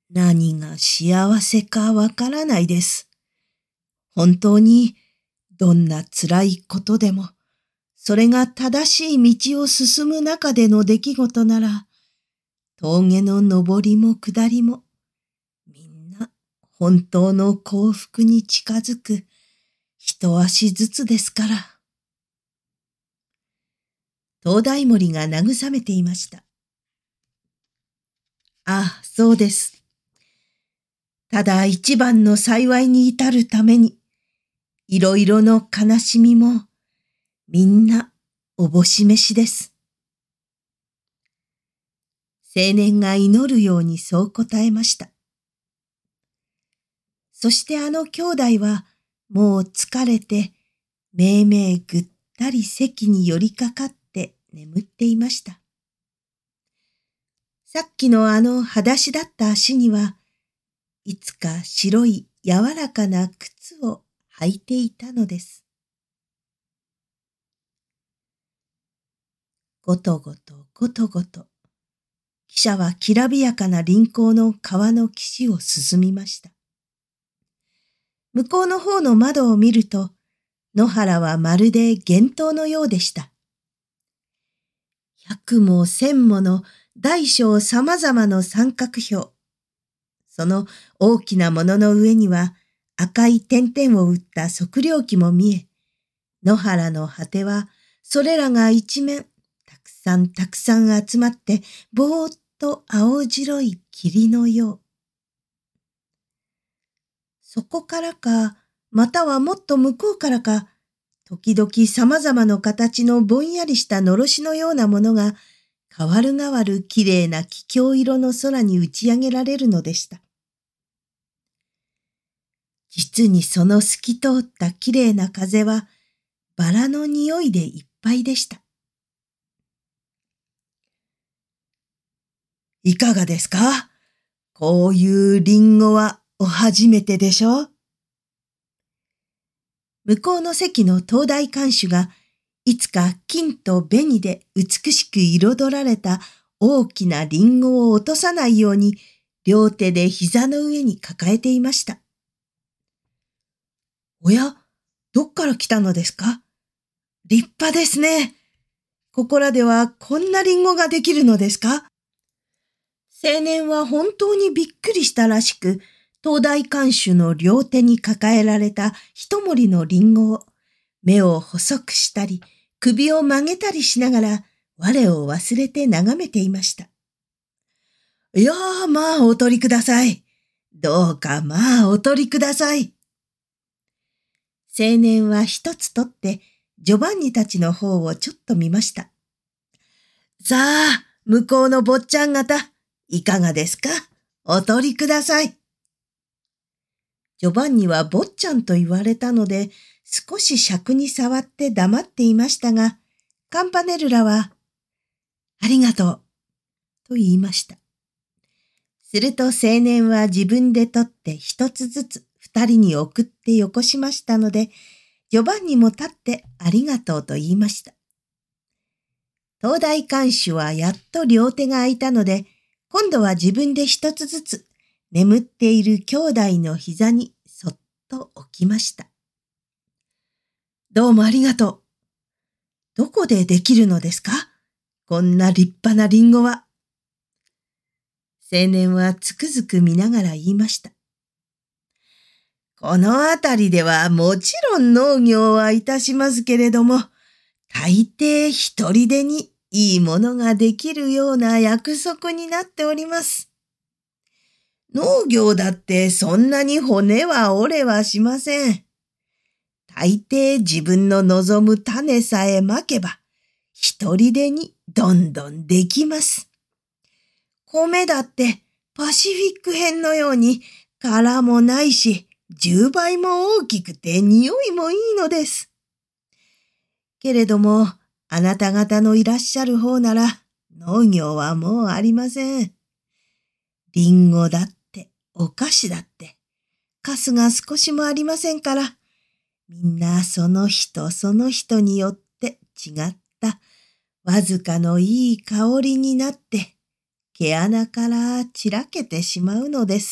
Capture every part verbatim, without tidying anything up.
何が幸せかわからないです。本当にどんな辛いことでも、それが正しい道を進む中での出来事なら、峠の上りも下りも、みんな本当の幸福に近づく一足ずつですから。灯台森が慰めていました。ああ、そうです。ただ一番の幸いに至るために、いろいろの悲しみも、みんなおぼしめしです。青年が祈るようにそう答えました。そしてあの兄弟はもう疲れて、めいめいぐったり席に寄りかかって眠っていました。さっきのあの裸足だった足には、いつか白い柔らかな靴を履いていたのです。ごとごとごとごと、汽車はきらびやかな輪行の川の岸を進みました。向こうの方の窓を見ると、野原はまるで幻灯のようでした。百も千もの大小さまざまの三角標。その大きなものの上には赤い点々を打った測量器も見え、野原の果てはそれらが一面たくさんたくさん集まってぼーっと青白い霧のよう。そこからか、またはもっと向こうからか、時々様々な形のぼんやりしたのろしのようなものが、変わる変わるきれいな気境色の空に打ち上げられるのでした。実にその透き通ったきれいな風は、バラの匂いでいっぱいでした。いかがですか？こういうリンゴはお初めてでしょう？向こうの席の灯台看守が、いつか金と紅で美しく彩られた大きなリンゴを落とさないように、両手で膝の上に抱えていました。おや、どっから来たのですか？立派ですね。ここらではこんなリンゴができるのですか？青年は本当にびっくりしたらしく、灯台看守の両手に抱えられた一盛りのリンゴを、目を細くしたり、首を曲げたりしながら、我を忘れて眺めていました。いやー、まあお取りください。どうかまあお取りください。青年は一つ取って、ジョバンニたちの方をちょっと見ました。さあ、向こうの坊ちゃん方、いかがですか？お取りください。ジョバンニは坊ちゃんと言われたので、少し尺に触って黙っていましたが、カンパネルラは、ありがとう、と言いました。すると青年は自分で取って一つずつ二人に送ってよこしましたので、ジョバンニも立ってありがとうと言いました。灯台看守はやっと両手が空いたので、今度は自分で一つずつ眠っている兄弟の膝にそっと置きました。どうもありがとう。どこでできるのですか？こんな立派なリンゴは。青年はつくづく見ながら言いました。このあたりではもちろん農業はいたしますけれども、大抵一人でにいいものができるような約束になっております。農業だってそんなに骨は折れはしません。大抵自分の望む種さえまけば、一人でにどんどんできます。米だってパシフィック編のように殻もないし、十倍も大きくて匂いもいいのです。けれども、あなた方のいらっしゃる方なら、農業はもうありません。リンゴだって、お菓子だって、カスが少しもありませんから、みんなその人その人によって違った、わずかのいい香りになって、 毛穴からちらけてしまうのです。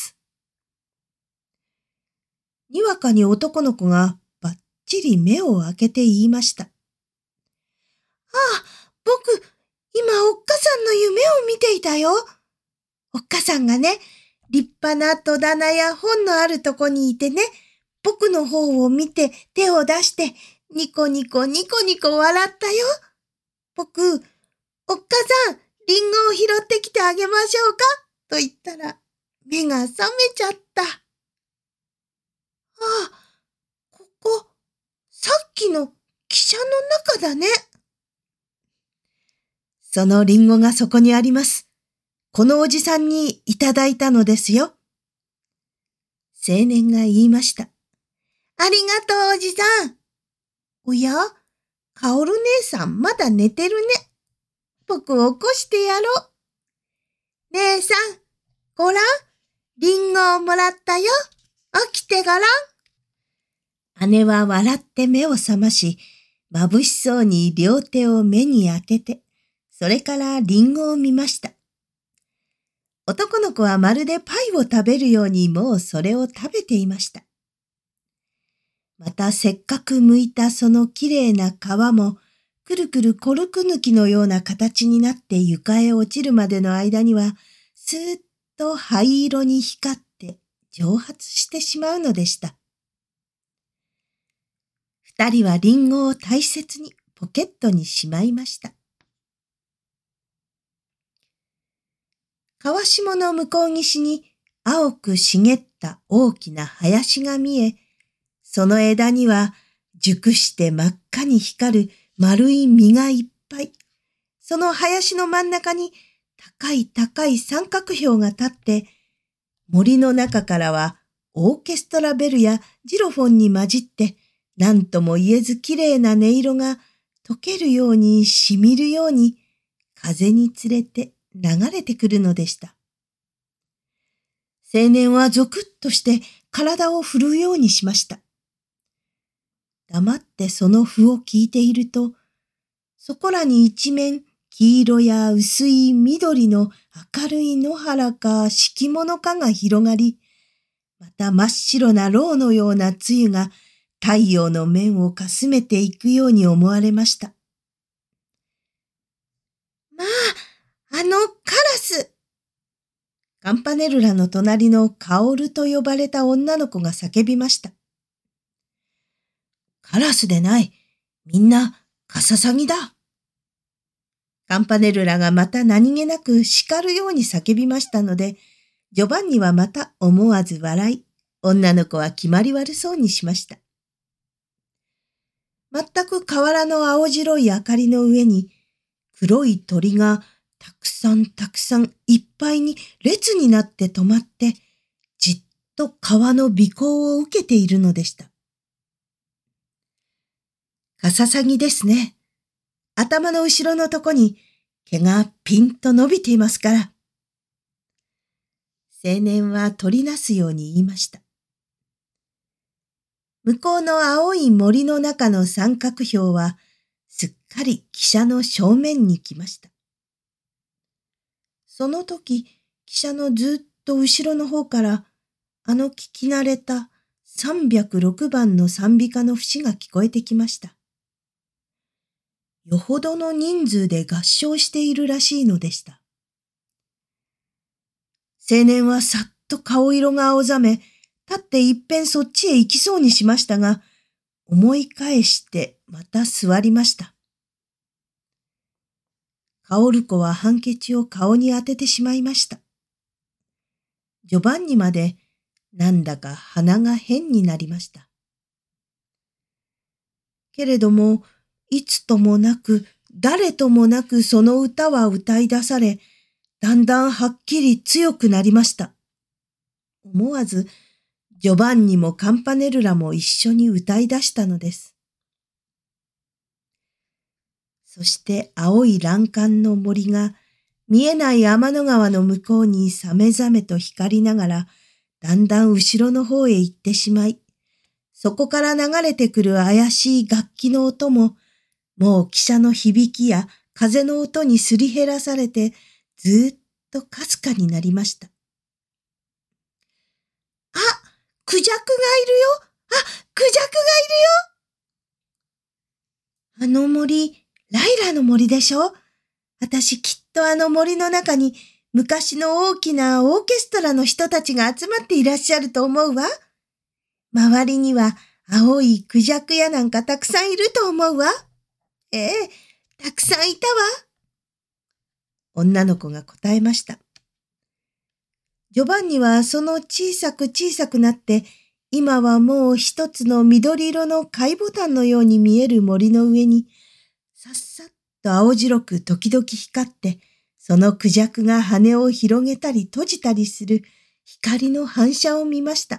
にわかに男の子がばっちり目を開けて言いました。ああ、僕、今おっかさんの夢を見ていたよ。おっかさんがね、立派な戸棚や本のあるとこにいてね、僕の方を見て手を出して、ニコニコニコニコ笑ったよ。僕、おっかさん、リンゴを拾ってきてあげましょうかと言ったら、目が覚めちゃった。ああ、ここ、さっきの汽車の中だね。そのリンゴがそこにあります。このおじさんにいただいたのですよ。青年が言いました。ありがとうおじさん。おや、カオル姉さんまだ寝てるね。僕起こしてやろう。姉さん、ごらん。リンゴをもらったよ。起きてごらん。姉は笑って目を覚まし、眩しそうに両手を目に当てて、それからリンゴを見ました。男の子はまるでパイを食べるようにもうそれを食べていました。またせっかく剥いたそのきれいな皮も、くるくるコルク抜きのような形になって床へ落ちるまでの間には、スーッと灰色に光って蒸発してしまうのでした。二人はリンゴを大切にポケットにしまいました。川下の向こう岸に青く茂った大きな林が見え、その枝には熟して真っ赤に光る丸い実がいっぱい。その林の真ん中に高い高い三角標が立って、森の中からはオーケストラベルやジロフォンに混じって、何とも言えずきれいな音色が溶けるようにしみるように風につれて流れてくるのでした。青年はゾクッとして体を振るようにしました。黙ってその譜を聞いていると、そこらに一面黄色や薄い緑の明るい野原か敷物かが広がり、また真っ白な蝋のような露が太陽の面をかすめていくように思われました。まあ、あのカラス。カンパネルラの隣のカオルと呼ばれた女の子が叫びました。カラスでない。みんなカササギだ。カンパネルラがまた何気なく叱るように叫びましたので、ジョバンニはまた思わず笑い、女の子は決まり悪そうにしました。全く河原の青白い明かりの上に、黒い鳥がたくさんたくさんいっぱいに列になって止まって、じっと川の尾行を受けているのでした。カササギですね。頭の後ろのとこに毛がピンと伸びていますから。青年は取りなすように言いました。向こうの青い森の中の三角標はすっかり汽車の正面に来ました。その時、汽車のずっと後ろの方からあの聞き慣れたさんびゃくろくばんの賛美歌の節が聞こえてきました。よほどの人数で合唱しているらしいのでした。青年はさっと顔色が青ざめ、立っていっぺんそっちへ行きそうにしましたが、思い返してまた座りました。カオルコはハンケチを顔に当ててしまいました。ジョバンニまでなんだか鼻が変になりました。けれども、いつともなく、誰ともなくその歌は歌い出され、だんだんはっきり強くなりました。思わず、ジョバンニもカンパネルラも一緒に歌い出したのです。そして青い欄干の森が、見えない天の川の向こうにさめざめと光りながら、だんだん後ろの方へ行ってしまい、そこから流れてくる怪しい楽器の音も、もう汽車の響きや風の音にすり減らされて、ずっとかすかになりました。あ、クジャクがいるよ。あ、クジャクがいるよ。あの森、ライラの森でしょ。私きっとあの森の中に昔の大きなオーケストラの人たちが集まっていらっしゃると思うわ。周りには青いクジャクやなんかたくさんいると思うわ。ええ、たくさんいたわ。女の子が答えました。ジョバンニはその小さく小さくなって、今はもう一つの緑色の貝ボタンのように見える森の上に、さっさっと青白く時々光って、そのクジャクが羽を広げたり閉じたりする光の反射を見ました。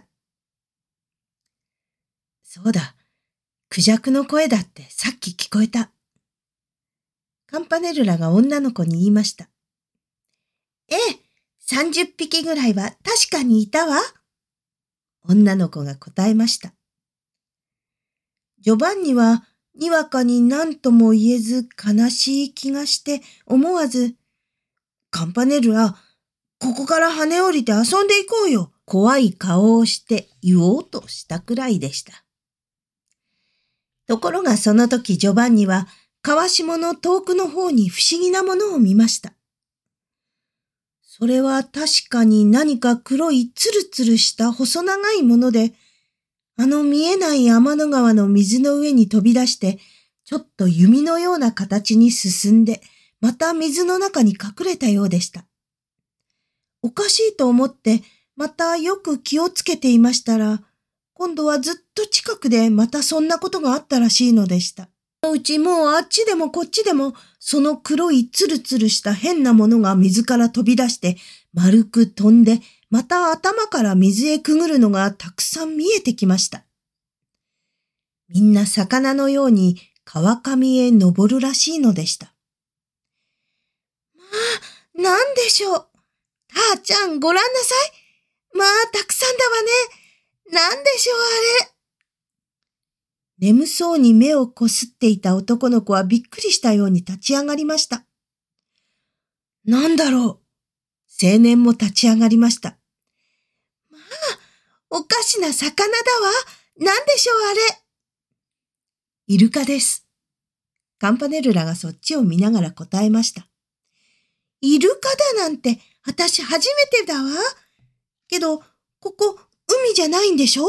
そうだ、クジャクの声だってさっき聞こえた。カンパネルラが女の子に言いました。ええ、三十匹ぐらいは確かにいたわ。女の子が答えました。ジョバンニはにわかに何とも言えず悲しい気がして思わず、カンパネルラ、ここから跳ね降りて遊んでいこうよ。怖い顔をして言おうとしたくらいでした。ところがその時ジョバンニは川下の遠くの方に不思議なものを見ました。それは確かに何か黒いツルツルした細長いもので、あの見えない天の川の水の上に飛び出して、ちょっと弓のような形に進んで、また水の中に隠れたようでした。おかしいと思って、またよく気をつけていましたら、今度はずっと近くでまたそんなことがあったらしいのでした。そのうちもうあっちでもこっちでも、その黒いツルツルした変なものが水から飛び出して、丸く飛んで、また頭から水へくぐるのがたくさん見えてきました。みんな魚のように川上へ登るらしいのでした。まあ、なんでしょう。たーちゃんごらんなさい。まあ、たくさんだわね。なんでしょうあれ。眠そうに目をこすっていた男の子はびっくりしたように立ち上がりました。なんだろう。青年も立ち上がりました。まあ、おかしな魚だわ。なんでしょうあれ。イルカです。カンパネルラがそっちを見ながら答えました。イルカだなんて、あたし初めてだわ。けど、ここ、海じゃないんでしょ？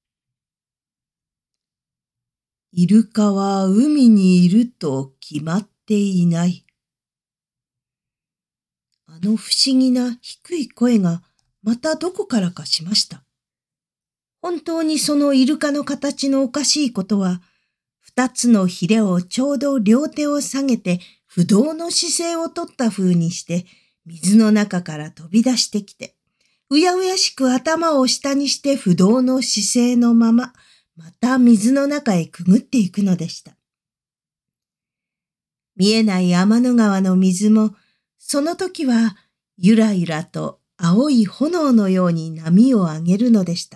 イルカは海にいると決まっていない。あの不思議な低い声がまたどこからかしました。本当にそのイルカの形のおかしいことは、二つのヒレをちょうど両手を下げて不動の姿勢をとった風にして水の中から飛び出してきて、うやうやしく頭を下にして不動の姿勢のまま、また水の中へくぐっていくのでした。見えない天の川の水も、その時はゆらゆらと青い炎のように波を上げるのでした。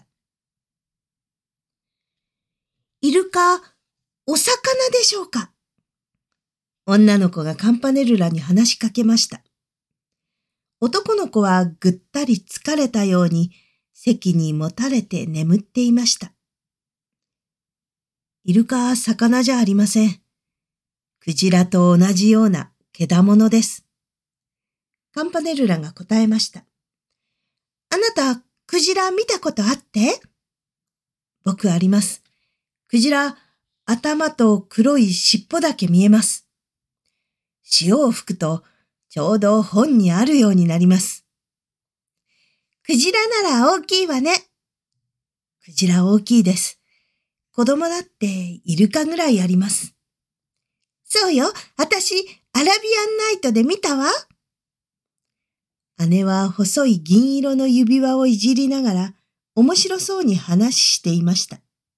イルカ、お魚でしょうか？女の子がカンパネルラに話しかけました。男の子はぐったり疲れたように席にもたれて眠っていました。イルカは魚じゃありません。クジラと同じような獣です。カンパネルラが答えました。あなた、クジラ見たことあって？僕あります。クジラ、頭と黒い尻尾だけ見えます。潮を吹くと、ちょうど本にあるようになります。クジラなら大きいわね。クジラ大きいです。子供だってイルカぐらいあります。そうよ、あたし、アラビアンナイトで見たわ。姉は細い銀色の指輪をいじりながら、面白そうに話していました。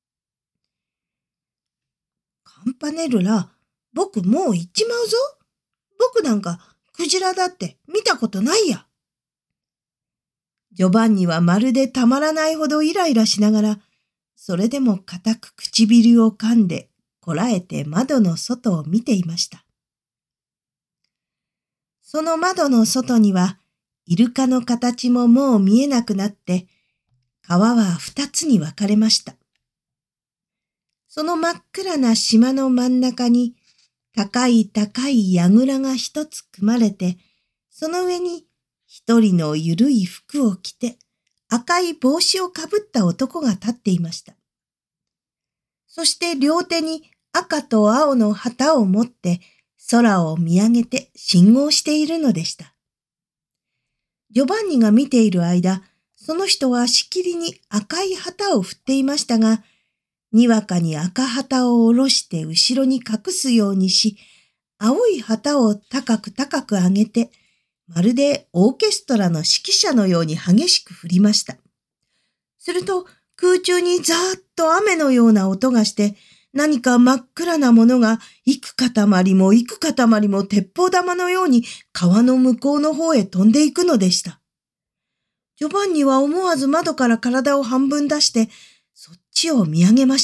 カンパネルラ、僕もう行っちまうぞ。僕なんかクジラだって見たことないや。ジョバンニはまるでたまらないほどイライラしながら、それでも固く唇を噛んでこらえて窓の外を見ていました。その窓の外にはイルカの形ももう見えなくなって、川は二つに分かれました。その真っ暗な島の真ん中に、高い高い櫓が一つ組まれて、その上に一人のゆるい服を着て、赤い帽子をかぶった男が立っていました。そして両手に赤と青の旗を持って空を見上げて信号しているのでした。ジョバンニが見ている間、その人はしきりに赤い旗を振っていましたが、にわかに赤旗を下ろして後ろに隠すようにし、青い旗を高く高く上げて、まるでオーケストラの指揮者のように激しく振りました。すると空中にザーッと雨のような音がして、何か真っ暗なものが幾塊も幾塊も鉄砲玉のように川の向こうの方へ飛んでいくのでした。ジョバンニは思わず窓から体を半分出して、そっちを見上げました。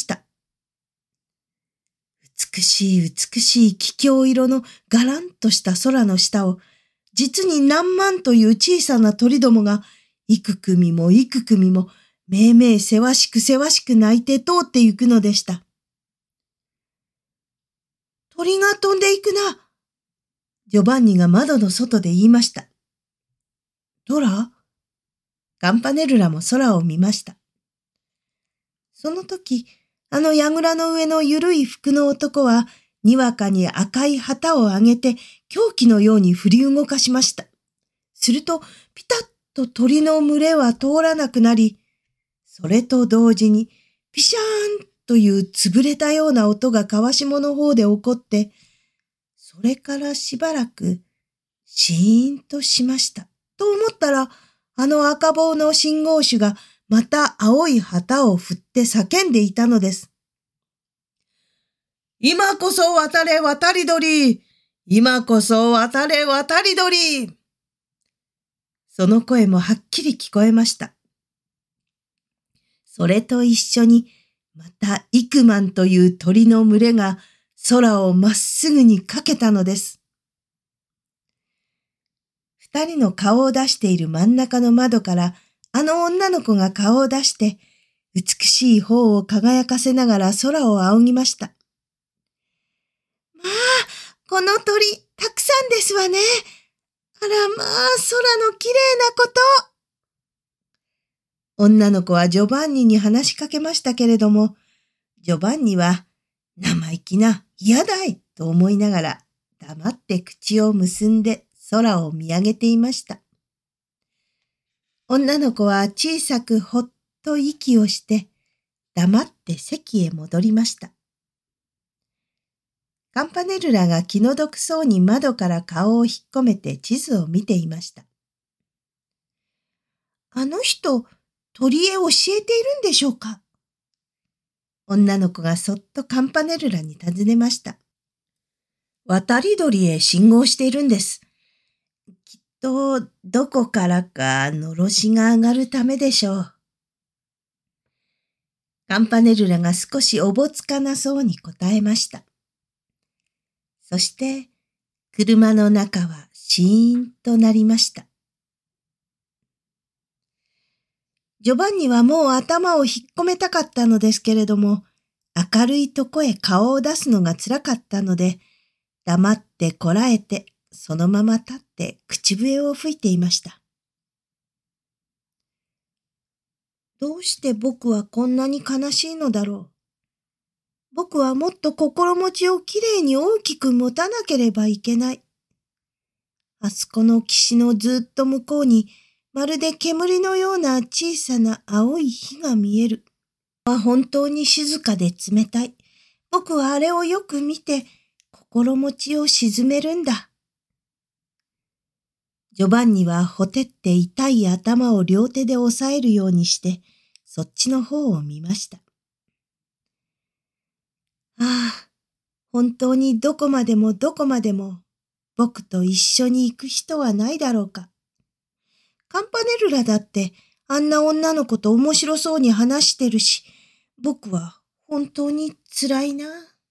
美しい美しい桔梗色のガランとした空の下を、実に何万という小さな鳥どもが、幾組も幾組も、めいめいせわしくせわしく鳴いて通ってゆくのでした。鳥が飛んでいくな。ジョバンニが窓の外で言いました。ドラ？カンパネルラも空を見ました。その時、あの櫓の上のゆるい服の男は、にわかに赤い旗を上げて、凶器のように振り動かしました。すると、ピタッと鳥の群れは通らなくなり、それと同時に、ピシャーンという潰れたような音が川下の方で起こって、それからしばらく、シーンとしました。と思ったら、あの赤帽の信号手がまた青い旗を振って叫んでいたのです。今こそ渡れ渡り鳥！今こそ渡れ渡り鳥！その声もはっきり聞こえました。それと一緒に、また幾万という鳥の群れが空をまっすぐにかけたのです。二人の顔を出している真ん中の窓から、あの女の子が顔を出して、美しい頬を輝かせながら空を仰ぎました。まあ、この鳥、たくさんですわね。あらまあ、空のきれいなこと。女の子はジョバンニに話しかけましたけれども、ジョバンニは生意気な嫌だいと思いながら黙って口を結んで空を見上げていました。女の子は小さくほっと息をして黙って席へ戻りました。カンパネルラが気の毒そうに窓から顔を引っ込めて地図を見ていました。あの人、鳥へ教えているんでしょうか？女の子がそっとカンパネルラに尋ねました。渡り鳥へ信号しているんです。きっとどこからかのろしが上がるためでしょう。カンパネルラが少しおぼつかなそうに答えました。そして車の中はシーンとなりました。ジョバンニはもう頭を引っ込めたかったのですけれども、明るいとこへ顔を出すのがつらかったので、黙ってこらえて、そのまま立って口笛を吹いていました。どうして僕はこんなに悲しいのだろう。僕はもっと心持ちをきれいに大きく持たなければいけない。あそこの岸のずっと向こうに、まるで煙のような小さな青い火が見える。は本当に静かで冷たい。僕はあれをよく見て、心持ちを沈めるんだ。ジョバンニはほてって痛い頭を両手で押さえるようにして、そっちの方を見ました。ああ、本当にどこまでもどこまでも、僕と一緒に行く人はないだろうか。カンパネルラだってあんな女の子と面白そうに話してるし、僕は本当に辛いな。